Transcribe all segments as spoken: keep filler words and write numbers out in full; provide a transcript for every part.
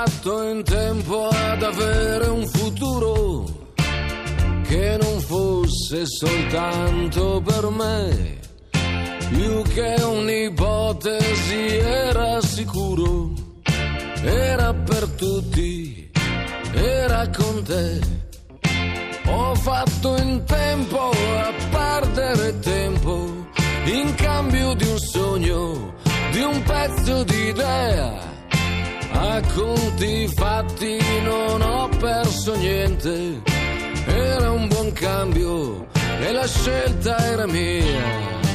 fatto in tempo ad avere un futuro che non fosse soltanto per me, più che un'ipotesi era sicuro, era per tutti, era con te. Ho fatto in tempo a perdere tempo in cambio di un sogno, di un pezzo di idea. A conti fatti non ho perso niente, era un buon cambio e la scelta era mia.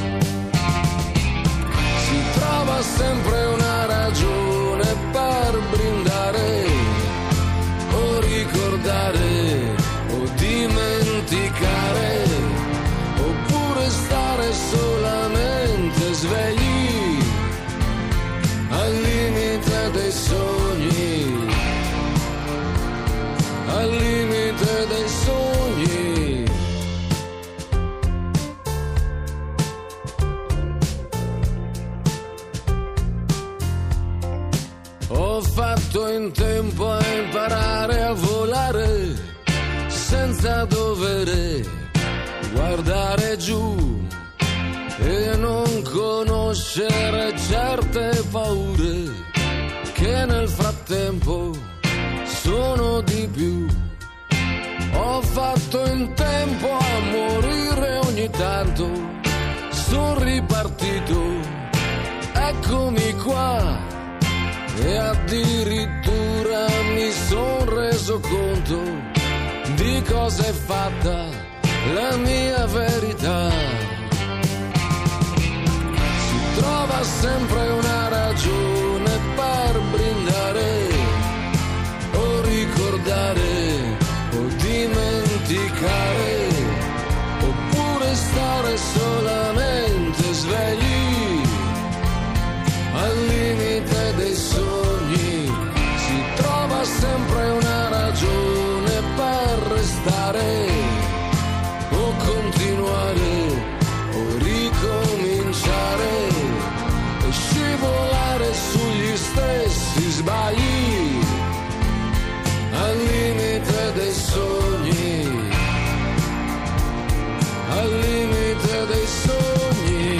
Si trova sempre una ragione per brindare o ricordare o dimenticare, oppure stare solamente svegli al limite dei sogni, al limite dei sogni. Ho fatto in tempo a imparare a volare senza dover guardare giù e non conoscere certe paure che nel frattempo sono di più. Ho fatto in tempo a morire ogni tanto, son ripartito, eccomi qua, e addirittura mi son reso conto di cosa è fatta la mia verità. Si trova sempre una ragione per brindare o ricordare o dimenticare, oppure stare solamente svegli al limite dei sogni. Si trova sempre una ragione per restare o continuare o ricominciare e scivolare sugli stessi sbagli al limite dei sogni, al limite dei sogni.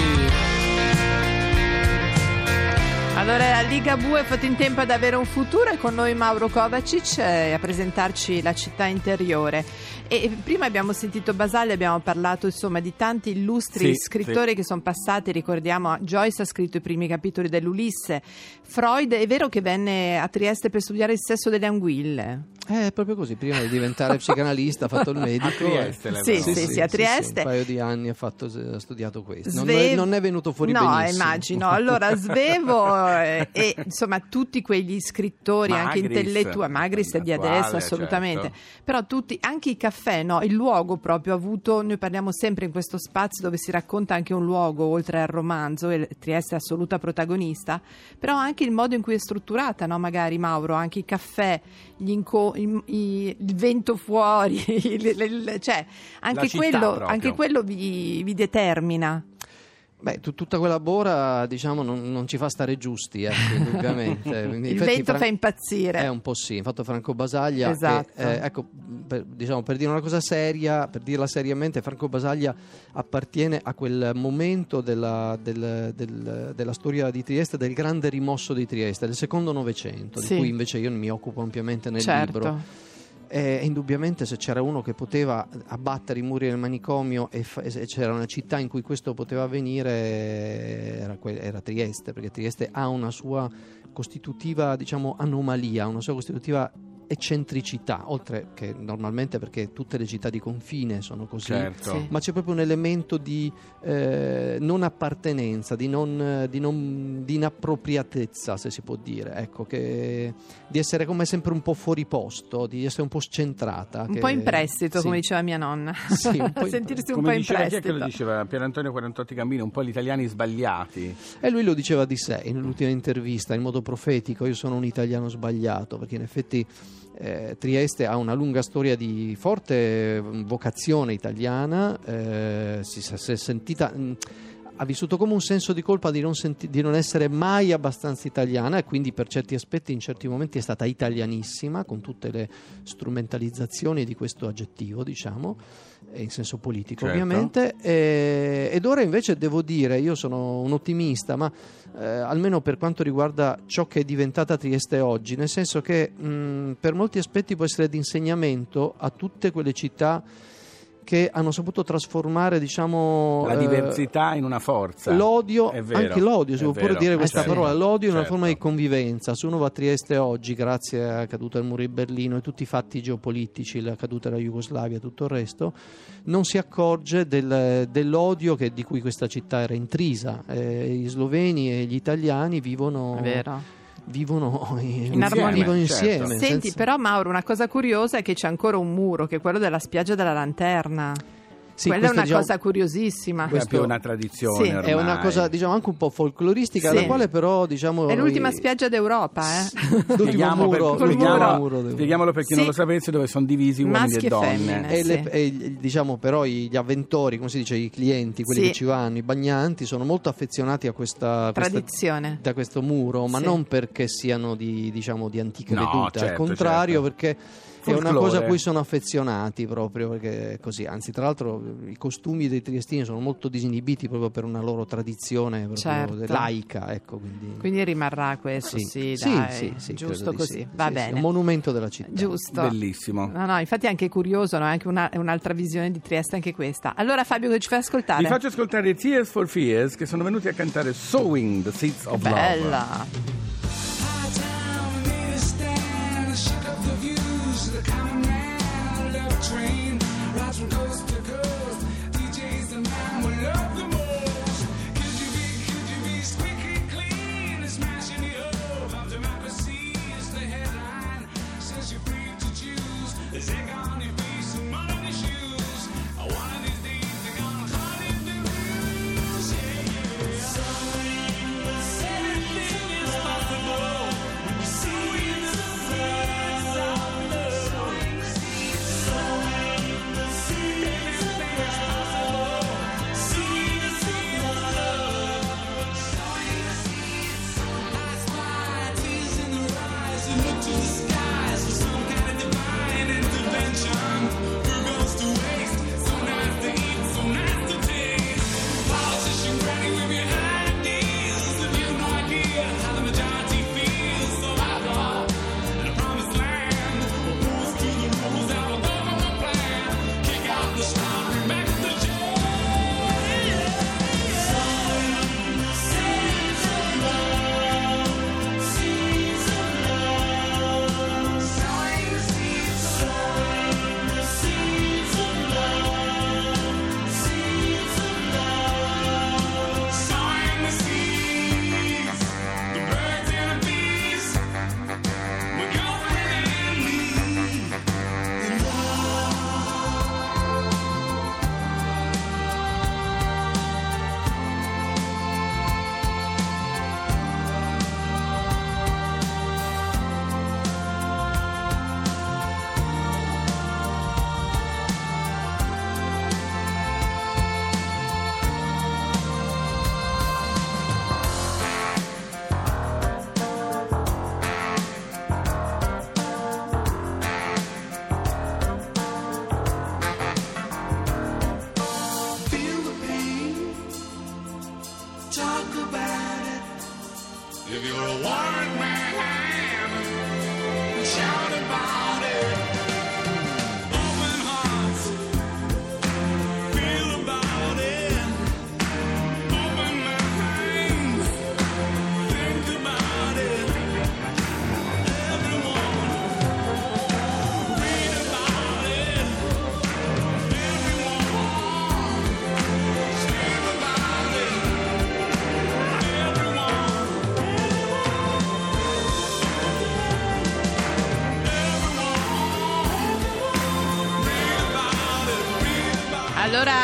Allora, Ligabue è fatto in tempo ad avere un futuro, e con noi Mauro Kovacic eh, a presentarci La città interiore. E prima abbiamo sentito Basaglia, abbiamo parlato insomma di tanti illustri sì, scrittori sì. che sono passati. Ricordiamo, Joyce ha scritto i primi capitoli dell'Ulisse, Freud è vero che venne a Trieste per studiare il sesso delle anguille? È proprio così, prima di diventare psicanalista ha fatto il medico. A Trieste, sì, sì, sì, sì, a Trieste. Sì, sì, un paio di anni ha, fatto, ha studiato questo. Non, Sve- è, non è venuto fuori no, benissimo. No, immagino. Allora, Svevo eh, e insomma tutti quegli scrittori, Magris, anche intellettuali, Magris è di attuale, adesso assolutamente, certo. Però tutti, anche i caffè, no? Il luogo proprio ha avuto, noi parliamo sempre in questo spazio dove si racconta anche un luogo oltre al romanzo, e Trieste è assoluta protagonista, però anche il modo in cui è strutturata, no? Magari Mauro, anche i caffè, gli inco- i, i, il vento fuori, il, il, il, cioè anche quello, anche quello vi, vi determina. Beh, t- tutta quella bora, diciamo, non, non ci fa stare giusti, ecco, indubbiamente. Quindi, il infatti, vento Fran- fa impazzire. È un po' sì, infatti Franco Basaglia, esatto. che, eh, ecco, per, diciamo, per dire una cosa seria, per dirla seriamente, Franco Basaglia appartiene a quel momento della, del, del, della storia di Trieste, del grande rimosso di Trieste, del secondo Novecento, sì. di cui invece io mi occupo ampiamente nel certo. libro. E indubbiamente se c'era uno che poteva abbattere i muri del manicomio e, fa- e c'era una città in cui questo poteva avvenire, era, que- era Trieste, perché Trieste ha una sua costitutiva, diciamo, anomalia, una sua costitutiva eccentricità, oltre che normalmente, perché tutte le città di confine sono così, certo. sì. ma c'è proprio un elemento di eh, non appartenenza, di, non, di, non, di inappropriatezza, se si può dire, ecco, che, di essere come sempre un po' fuori posto, di essere un po' scentrata. Un che, po' in prestito, sì. come diceva mia nonna. Sì, un po' in sentirsi un come po' in diceva, chi è prestito. che lo diceva? Pier Antonio quarantotti Gambino, un po' gli italiani sbagliati. E lui lo diceva di sé nell'ultima intervista in modo profetico: io sono un italiano sbagliato, perché in effetti eh, Trieste ha una lunga storia di forte vocazione italiana, eh, si, si è sentita mh, ha vissuto come un senso di colpa di non, senti- di non essere mai abbastanza italiana, e quindi per certi aspetti in certi momenti è stata italianissima, con tutte le strumentalizzazioni di questo aggettivo, diciamo, in senso politico, certo. ovviamente, e, ed ora invece devo dire, io sono un ottimista, ma eh, almeno per quanto riguarda ciò che è diventata Trieste oggi, nel senso che mh, per molti aspetti può essere di insegnamento a tutte quelle città che hanno saputo trasformare, diciamo, la diversità eh, in una forza. L'odio, è vero, anche l'odio, si può vero. pure dire questa eh sì. parola, l'odio è una Certo. forma di convivenza. Se uno va a Trieste oggi, grazie alla caduta del muro di Berlino e tutti i fatti geopolitici, la caduta della Jugoslavia e tutto il resto, non si accorge del, dell'odio che, di cui questa città era intrisa. Eh, gli sloveni e gli italiani vivono... È vero. vivono in, In armonia. vivono certo. insieme. Senti, senza- però Mauro, una cosa curiosa è che c'è ancora un muro, che è quello della spiaggia della Lanterna. Sì, Quella è questo, una diciamo, cosa curiosissima. È questo- più una tradizione Sì. ormai. è una cosa, diciamo, anche un po' folcloristica, Sì. la quale però, diciamo, È l'ultima i- spiaggia d'Europa, eh? l'ultimo Spieghiamo muro, per- Col spieghiamo- muro. muro del- spieghiamolo per chi Sì. non lo sapesse, dove sono divisi uomini Maschi e e donne. femmine. E, le- Sì. e gli- diciamo però i- gli avventori, come si dice, i clienti, quelli Sì. che ci vanno, i bagnanti, sono molto affezionati a questa, questa Tradizione. da questo muro, ma Sì. non perché siano di, diciamo, di antica No, veduta, al certo, contrario, certo. perché è una Folklore. cosa a cui sono affezionati proprio, perché è così. Anzi, tra l'altro i costumi dei triestini sono molto disinibiti proprio per una loro tradizione proprio Certo. laica, ecco, quindi, Quindi rimarrà questo, sì, sì, dai, sì, sì, giusto credo di così, sì. va Sì, sì, bene. un monumento della città. Giusto. Bellissimo. No, no, infatti è anche curioso, no? È anche una- è un'altra visione di Trieste anche questa. Allora Fabio, che ci fai ascoltare? Vi faccio ascoltare i Tears for Fears, che sono venuti a cantare Sowing the Seeds of Love. Bella. High town made a stand, shook up the views. The common man, love train, rides from coast to coast. D J's the man we love the most. Could you be, could you be squeaky clean and smashing the hope of democracy is the headline. Since you're free to choose, there's egg on your face and mud on your shoes. One of these days they're gonna call it the blues. Yeah, yeah. Sowing the anything is possible. We see the seeds of love. Sowing the seeds, sowing the seeds. Anything is possible. See the seeds of love. Sowing the seeds. Eyes wide, tears in the eyes, and look to the skies for some kind of divine intervention. Who goes to waste? So nice to eat, so nice to taste. Politician ready with your ideas. If you have no idea how the majority feels, so I thought in a promised land, rules to the rules out of government plan. Kick out the strong, bring back the jail. Sowing the seeds of love, seeds of love. Sowing the seeds, sowing the seeds of love, seeds of love. Sowing the seeds, the birds and the bees, my girlfriend and me. In Feel the pain, talk about it. If you're a white man, shout about it. Open hearts, feel about it. Open minds, think about it. Everyone, read about it. Everyone, scream about it. Everyone.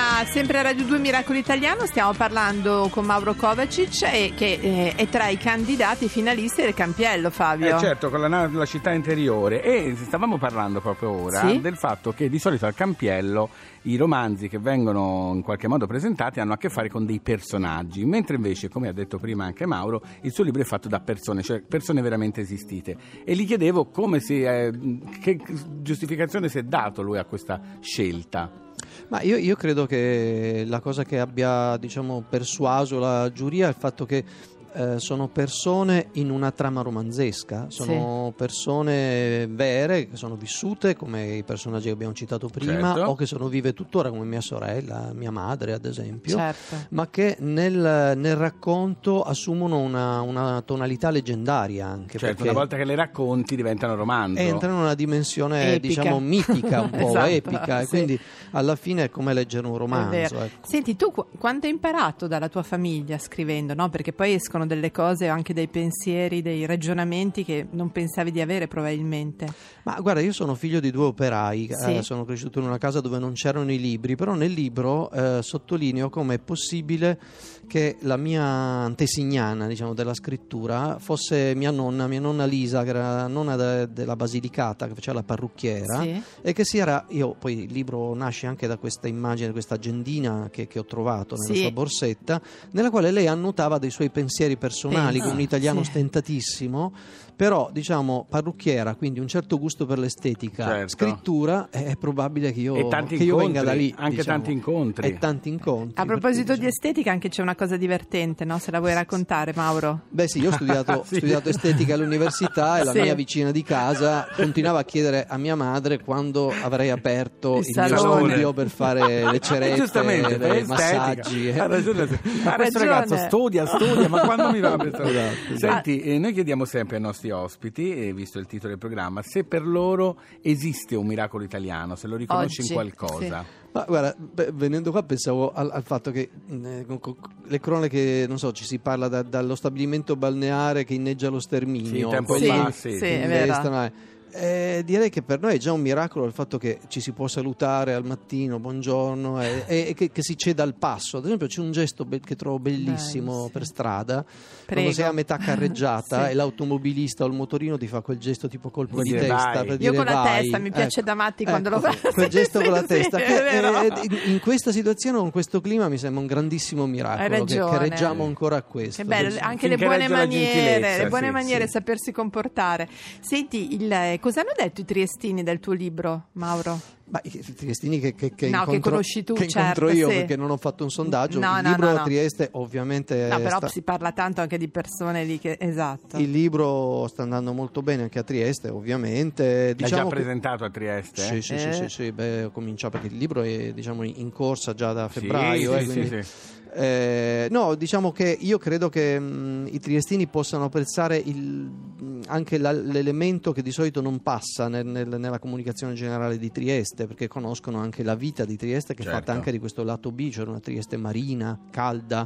Torna sempre a Radio due Miracolo Italiano, stiamo parlando con Mauro Kovacic e, che eh, è tra i candidati finalisti del Campiello, Fabio. Eh certo, con la, la città interiore, e stavamo parlando proprio ora sì? del fatto che di solito al Campiello i romanzi che vengono in qualche modo presentati hanno a che fare con dei personaggi, mentre invece, come ha detto prima anche Mauro, il suo libro è fatto da persone, cioè persone veramente esistite. E gli chiedevo come si è, che giustificazione si è dato lui a questa scelta. Ma io, io credo che la cosa che abbia, diciamo, persuaso la giuria è il fatto che eh, sono persone in una trama romanzesca, sono sì. persone vere, che sono vissute come i personaggi che abbiamo citato prima, certo. o che sono vive tuttora come mia sorella, mia madre ad esempio, certo. ma che nel, nel racconto assumono una, una tonalità leggendaria anche. Certo, perché una volta che le racconti diventano romanzo. entrano in una dimensione epica. diciamo mitica, un po' esatto, epica, e sì. quindi alla fine è come leggere un romanzo. Ecco. Senti, tu qu- quanto hai imparato dalla tua famiglia scrivendo, no? Perché poi escono delle cose, anche dei pensieri, dei ragionamenti che non pensavi di avere probabilmente. Ma guarda, io sono figlio di due operai, sì. eh, sono cresciuto in una casa dove non c'erano i libri, però nel libro eh, sottolineo come è possibile che la mia antesignana, diciamo, della scrittura fosse mia nonna, mia nonna Lisa, che era nonna de- della Basilicata, che faceva la parrucchiera, Sì. e che si era, io poi il libro nasce anche da questa immagine, questa agendina che, che ho trovato nella sì. sua borsetta, nella quale lei annotava dei suoi pensieri personali, Pensa. con un italiano Sì. stentatissimo, però diciamo parrucchiera, quindi un certo gusto per l'estetica, Certo. scrittura, è, è probabile che io, E tanti che io incontri, venga da lì, anche diciamo, tanti incontri. e tanti incontri. A proposito per cui, di estetica, anche c'è una cosa divertente, no? Se la vuoi raccontare, Mauro? Beh sì, io ho studiato, Sì. studiato estetica all'università e la Sì. mia vicina di casa continuava a chiedere a mia madre quando avrei aperto Il il, mio salone. studio per fare le cerette, Giustamente, per i estetica. massaggi. eh. Ha ragione. Ma Ha questo ragione. ragazzo studia, studia, ma quando mi va a pensare? Esatto. Senti, eh, noi chiediamo sempre ai nostri ospiti, eh, visto il titolo del programma, se per loro esiste un miracolo italiano, se lo riconosci Oggi, in qualcosa. Ma guarda, beh, venendo qua pensavo al, al fatto che eh, con- con le cronache, non so, ci si parla da- dallo stabilimento balneare che inneggia lo sterminio. Sì, tempo quelli fa, che sì. sì, è vero. investano, eh. Eh, direi che per noi è già un miracolo il fatto che ci si può salutare al mattino, buongiorno, e, e- e che, che si ceda al passo. Ad esempio c'è un gesto be- che trovo bellissimo Dai, sì. per strada, Prego. quando sei a metà carreggiata Sì. e l'automobilista o il motorino ti fa quel gesto tipo colpo Vuol di dire testa vai. per Io dire con la vai. testa, mi piace Ecco. da matti quando Ecco, lo fa. quel gesto Sì, con la sì, testa è che vero. eh, in, in questa situazione, con questo clima, mi sembra un grandissimo miracolo che, ragione. che reggiamo ancora a questo. Che bello, Sì. anche le Finché buone regge la maniere, gentilezza, le buone sì, maniere, sì. sapersi comportare. Senti, il, eh, cosa hanno detto i triestini del tuo libro, Mauro? Ma i i triestini che, che, che, No, che incontro, conosci tu, che incontro certo, io, sì. perché non ho fatto un sondaggio. No, il no, libro no, a no. Trieste ovviamente No, però sta- si parla tanto anche di persone lì che... Esatto. il libro sta andando molto bene anche a Trieste, ovviamente. L'hai Diciamo già che- presentato a Trieste? Sì, sì, sì, Eh. sì, sì, beh, ho cominciato perché il libro è, diciamo, in corsa già da Sì, febbraio. sì, eh, sì, quindi- sì. Eh, no, diciamo che io credo che mh, i triestini possano apprezzare il, mh, anche la- l'elemento che di solito non passa nel- nel- nella comunicazione generale di Trieste, perché conoscono anche la vita di Trieste, che è Certo. fatta anche di questo lato B, cioè una Trieste marina, calda,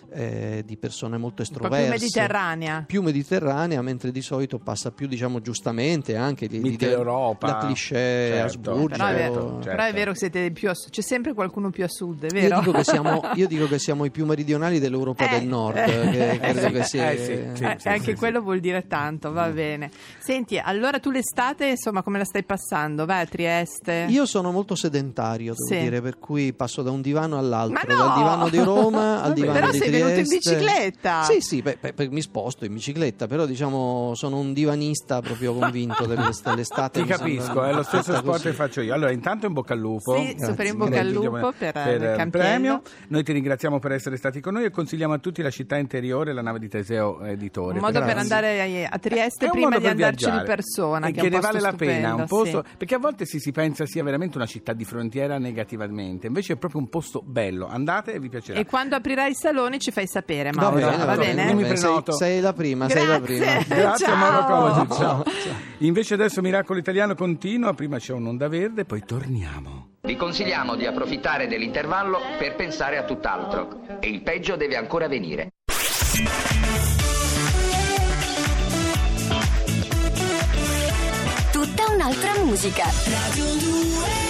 eh, di persone molto Un po' estroverse, più mediterranea. più mediterranea, mentre di solito passa più, diciamo, giustamente anche di, di- Mitteleuropa. la cliché, Certo. Asburgo. Però è, vero, certo, però è vero che siete più a sud. C'è sempre qualcuno più a sud, è vero? Io dico, che siamo, io dico che siamo i più meridionali dell'Europa Eh, del Nord, eh. che credo sì, che sia. eh sì, sì. Eh, anche quello vuol dire tanto, va bene. Senti, allora tu l'estate, insomma, come la stai passando? Vai a Trieste? Io sono molto sedentario, devo Sì. dire, per cui passo da un divano all'altro, Ma no! dal divano di Roma al Vabbè, divano però di sei Trieste. venuto in bicicletta. Sì, sì, beh, beh, mi sposto in bicicletta, però diciamo sono un divanista proprio convinto dell'est- dell'estate. Ti mi capisco, sembra è lo stesso fatta sport così. che faccio io. Allora, intanto in bocca al lupo. Sì, super in bocca Per al il lupo per, per il il Campiello. premio. Noi ti ringraziamo per essere stati con noi e consigliamo a tutti La città interiore, la nave di Teseo Editore. Un modo per Grazie. andare a, a Trieste È un prima modo di per andarci viaggiare. di persona, e che, che, è un ne posto vale la pena, stupendo, un posto, sì. perché a volte si, si pensa sia veramente una città di frontiera negativamente, invece è proprio un posto bello. Andate e vi piacerà. E quando aprirai il salone ci fai sapere, Va Mauro, bene, va, va bene? Io mi Sei- prenoto. Sei, la prima, sei la prima. Grazie. Grazie Ciao. a Mauro Kovacic, ciao. Ciao. Invece adesso Miracolo Italiano continua, prima c'è un'onda verde, poi torniamo. Vi consigliamo di approfittare dell'intervallo per pensare a tutt'altro. E il peggio deve ancora venire. Tutta un'altra musica. Radio due